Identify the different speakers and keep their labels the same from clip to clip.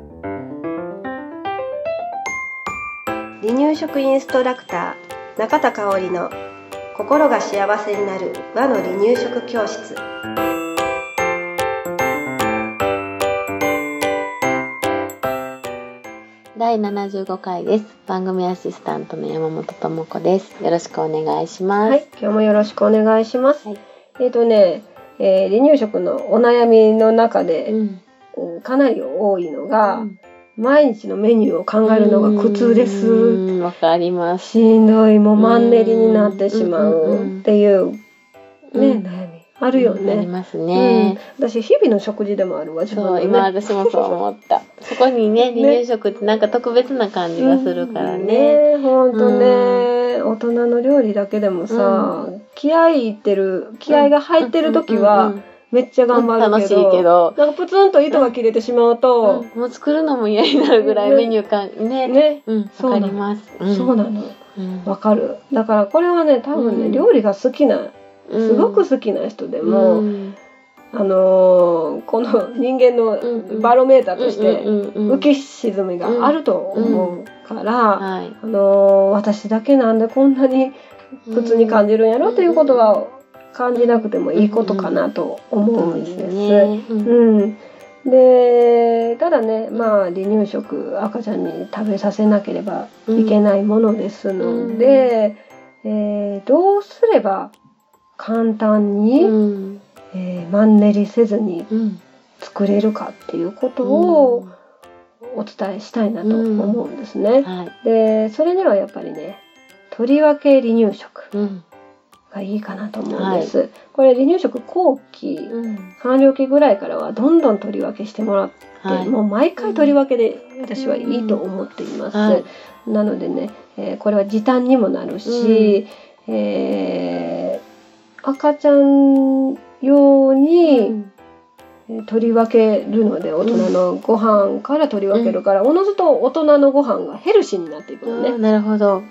Speaker 1: 離乳食インストラクター中田香織の心が幸せになる和の離乳食教室。
Speaker 2: 第75回です。番組アシスタントの山本智子です。よろしくお願いします。
Speaker 1: はい、今日もよろしくお願いします。はい、離乳食のお悩みの中で、かなり多いのが、毎日のメニューを考えるのが苦痛です。
Speaker 2: わかります。
Speaker 1: しんどい、もうマンネリになってしまうっていう悩みあるよね。
Speaker 2: ありますね。
Speaker 1: 私日々の食事でもあるわ。
Speaker 2: そう、今私もそう思った。そこにね、離乳食ってなんか特別な感じがするからね。
Speaker 1: ほんとね、大人の料理だけでもさ、気合が入ってる時はめっちゃ頑張るけど、
Speaker 2: 楽しいけど、
Speaker 1: なんかプツンと糸が切れてしまうと、
Speaker 2: もう作るのも嫌になるぐらいメニューかね。わかります。
Speaker 1: そうなの。わかる。だからこれはね、多分ね、料理が好きな、すごく好きな人でも、この人間のバロメーターとして浮き沈みがあると思うから、私だけなんでこんなに普通に感じるんやろっていうことは感じなくてもいいことかなと思うんです。で、ただね、離乳食赤ちゃんに食べさせなければいけないものですので、どうすれば簡単に、マンネリせずに作れるかっていうことをお伝えしたいなと思うんですね。で、それにはやっぱりね、とりわけ離乳食がいいかなと思うんです。これ離乳食後期、完了期ぐらいからはどんどん取り分けしてもらって、もう毎回取り分けで私はいいと思っています。なのでね、これは時短にもなるし、赤ちゃん用に取り分けるので、大人のご飯から取り分けるから、おのずと大人のご飯がヘルシーになっていくのね。
Speaker 2: なるほど。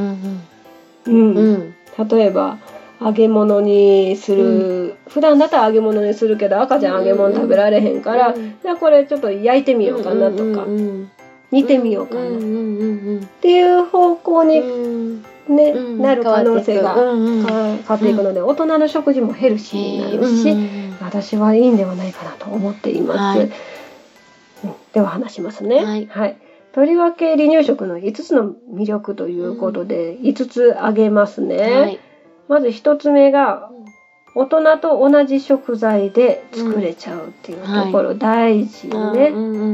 Speaker 1: 例えば揚げ物にする、普段だったら揚げ物にするけど赤ちゃん揚げ物食べられへんから、じゃあこれちょっと焼いてみようかなとか、煮てみようかなっていう方向になる可能性が変わっていくので、大人の食事もヘルシーになるし、私はいいんではないかなと思っています。では話しますね。とりわけ離乳食の5つの魅力ということで5つ挙げますね。まず1つ目が大人と同じ食材で作れちゃうっていうところ、大事ね。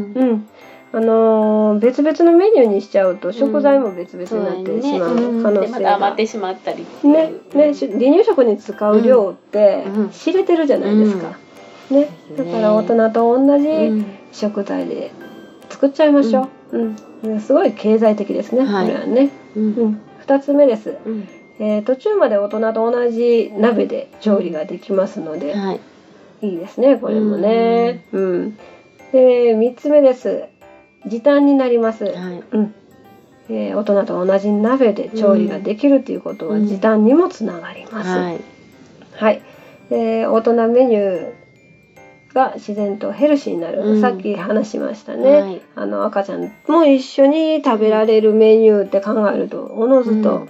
Speaker 1: 別々のメニューにしちゃうと食材も別々になってしまう可能性が、
Speaker 2: 余ってしまったり
Speaker 1: 離乳食に使う量って知れてるじゃないですか。だから大人と同じ食材で作っちゃいましょう。すごい経済的ですね、これはね。2つ目です。途中まで大人と同じ鍋で調理ができますので、いいですね、これもね。で、3つ目です。時短になります。大人と同じ鍋で調理ができるということは時短にもつながります。大人メニューが自然とヘルシーになる、さっき話しましたね。赤ちゃんも一緒に食べられるメニューって考えるとおのずと、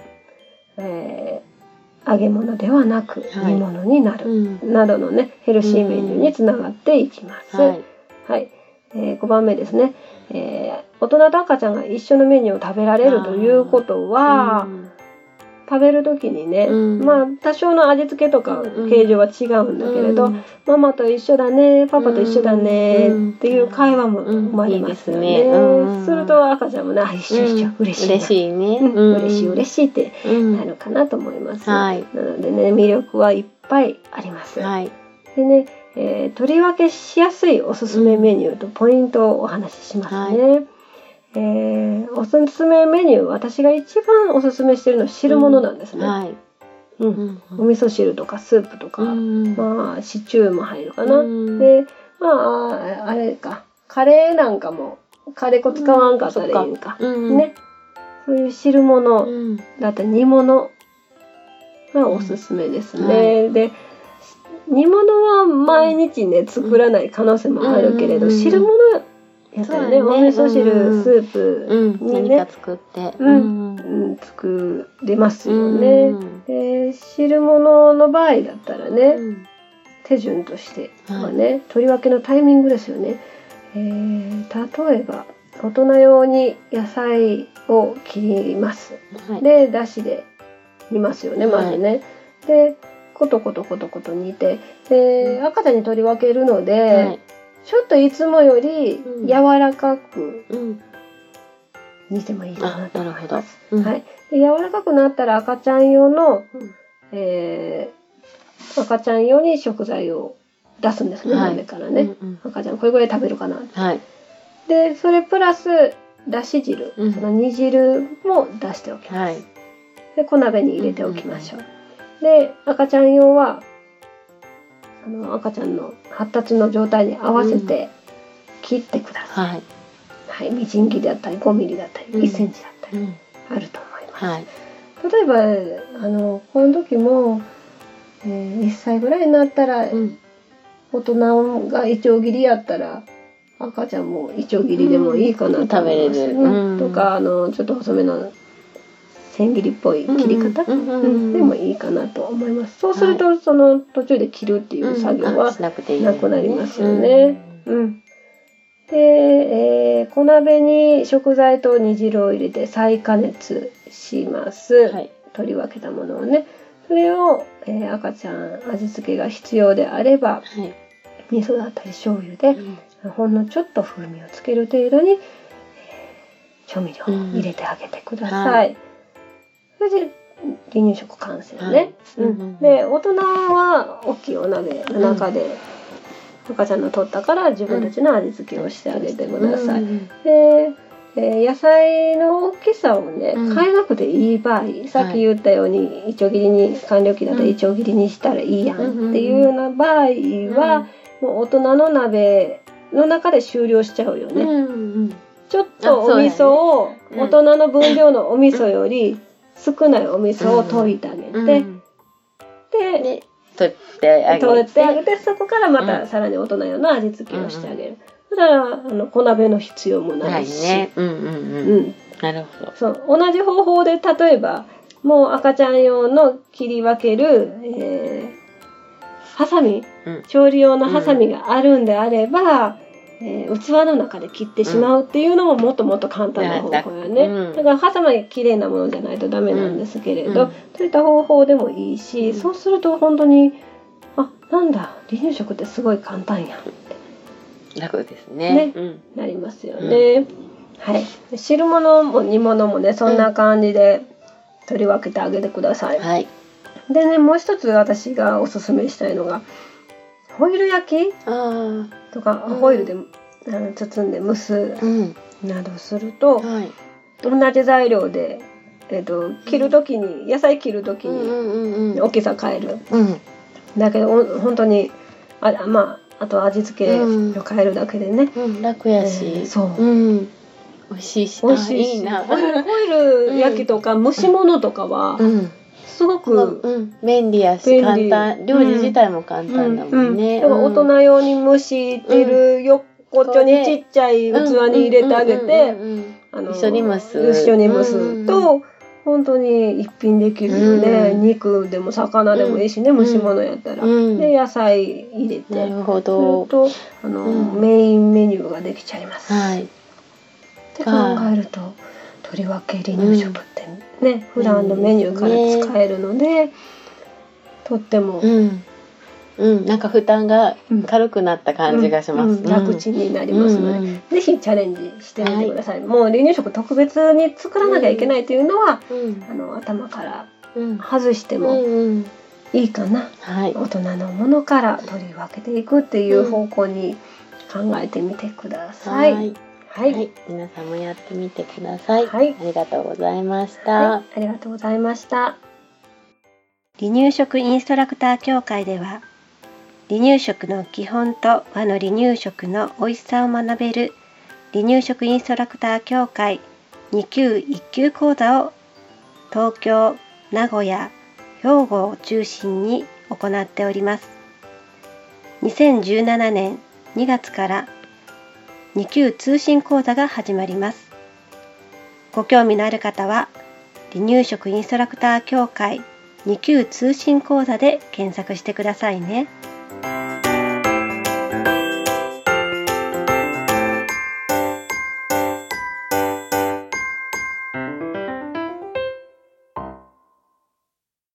Speaker 1: 揚げ物ではなく煮物になる、などのねヘルシーメニューにつながっていきます。5番目ですね。大人と赤ちゃんが一緒のメニューを食べられるということは、食べる時にね、多少の味付けとか形状は違うんだけれど、ママと一緒だね、パパと一緒だねっていう会話も生まれますよね。すると赤ちゃんも一緒一緒嬉しいね、嬉しいってなるかなと思います。なのでね、魅力はいっぱいあります。でね、取り分けしやすいおすすめメニューとポイントをお話ししますね。おすすめメニュー、私が一番おすすめしてるのは汁物なんですね。お味噌汁とかスープとか、シチューも入るかな。で、あれか、カレーなんかもカレー粉使わんかったらいいんか、ね。そういう汁物だったり煮物がおすすめですね。で、煮物は毎日ね作らない可能性もあるけれど、汁物やったよね。お味噌汁、スープにね、
Speaker 2: 何か作って
Speaker 1: 作れますよね。汁物の場合だったらね、手順としてはね、取り分けのタイミングですよね。例えば大人用に野菜を切ります。で、だしで煮ますよね、まずね。で、コトコト煮て、で、赤ちゃんに取り分けるので、ちょっといつもより柔らかく煮てもいいかなと思います。はい。で、柔らかくなったら赤ちゃん用に食材を出すんですね、鍋からね。赤ちゃんこれぐらい食べるかな。で、それプラスだし汁、その煮汁も出しておきます。で、小鍋に入れておきましょう。で、赤ちゃん用は赤ちゃんの発達の状態に合わせて切ってください。はい、みじん切りだったり5ミリだったり1センチだったりあると思います。例えばこの時も、1歳ぐらいになったら、大人がいちょう切りやったら赤ちゃんもいちょう切りでもいいかなと思います。とかちょっと細めの千切りっぽい切り方でもいいかなと思います。そうするとその途中で切るっていう作業はなくなりますよね。で、小鍋に食材と煮汁を入れて再加熱します。取り分けたものをね。それを、赤ちゃん味付けが必要であれば、味噌だったり醤油で、ほんのちょっと風味をつける程度に、調味料を入れてあげてください。それで離乳食完成ね。で、大人は大きいお鍋の中で赤ちゃんの取ったから自分たちの味付けをしてあげてください。で、野菜の大きさをね変えなくていい場合、さっき言ったようにいちょう切りに完了期だったらいちょう切りにしたらいいやんっていうような場合は、もう大人の鍋の中で終了しちゃうよね。ちょっとお味噌を大人の分量のお味噌より少ないお味噌を溶いてあげて、で
Speaker 2: 取ってあげて
Speaker 1: そこからまたさらに大人用の味付けをしてあげる。だから小鍋の必要もないし。なるほど。そう、同じ方法で例えばもう赤ちゃん用の切り分ける、ハサミ、調理用のハサミがあるんであれば、器の中で切ってしまうっていうのももっともっと簡単な方法よね。だからハサミが綺麗なものじゃないとダメなんですけれど、そういった方法でもいいし、そうすると本当になんだ離乳食ってすごい簡単やんって
Speaker 2: 楽ですね。
Speaker 1: なりますよね。はい。汁物も煮物もねそんな感じで取り分けてあげてください。でね、もう一つ私がおすすめしたいのがホイル焼きとかホイルで包んで蒸すなどすると、同じ材料で、切る時に野菜切る時に大きさ変える、だけど本当にあと味付けを変えるだけでね、
Speaker 2: 楽やし、美味しいし、いいな。
Speaker 1: ホイル焼きとか蒸し物とかはすごく
Speaker 2: 便利やし簡単、料理自体も簡単だもんね。
Speaker 1: だから大人用に蒸してる横っちょにちっちゃい器に入れてあげて
Speaker 2: 一緒に蒸
Speaker 1: すと本当に一品できるよね。肉でも魚でもいいしね、蒸し物やったら。で野菜入れて、
Speaker 2: なるほど。
Speaker 1: とメインメニューができちゃいます。って考えるととりわけ離乳食ってね、普段のメニューから使えるので、とっても
Speaker 2: なんか負担が軽くなった感じがします。
Speaker 1: 楽ちんになりますので、ぜひチャレンジしてみてください。もう離乳食特別に作らなきゃいけないというのは、頭から外してもいいかな。大人のものから取り分けていくっていう方向に考えてみてください。
Speaker 2: 皆さんもやってみてください。ありがとうございました。
Speaker 1: ありがとうございました。離乳食インストラクター協会では、離乳食の基本と和の離乳食の美味しさを学べる離乳食インストラクター協会2級1級講座を東京、名古屋、兵庫を中心に行っております。2017年2月から
Speaker 3: 2級通信講座が始まります。ご興味のある方は離乳食インストラクター協会2級通信講座で検索してくださいね。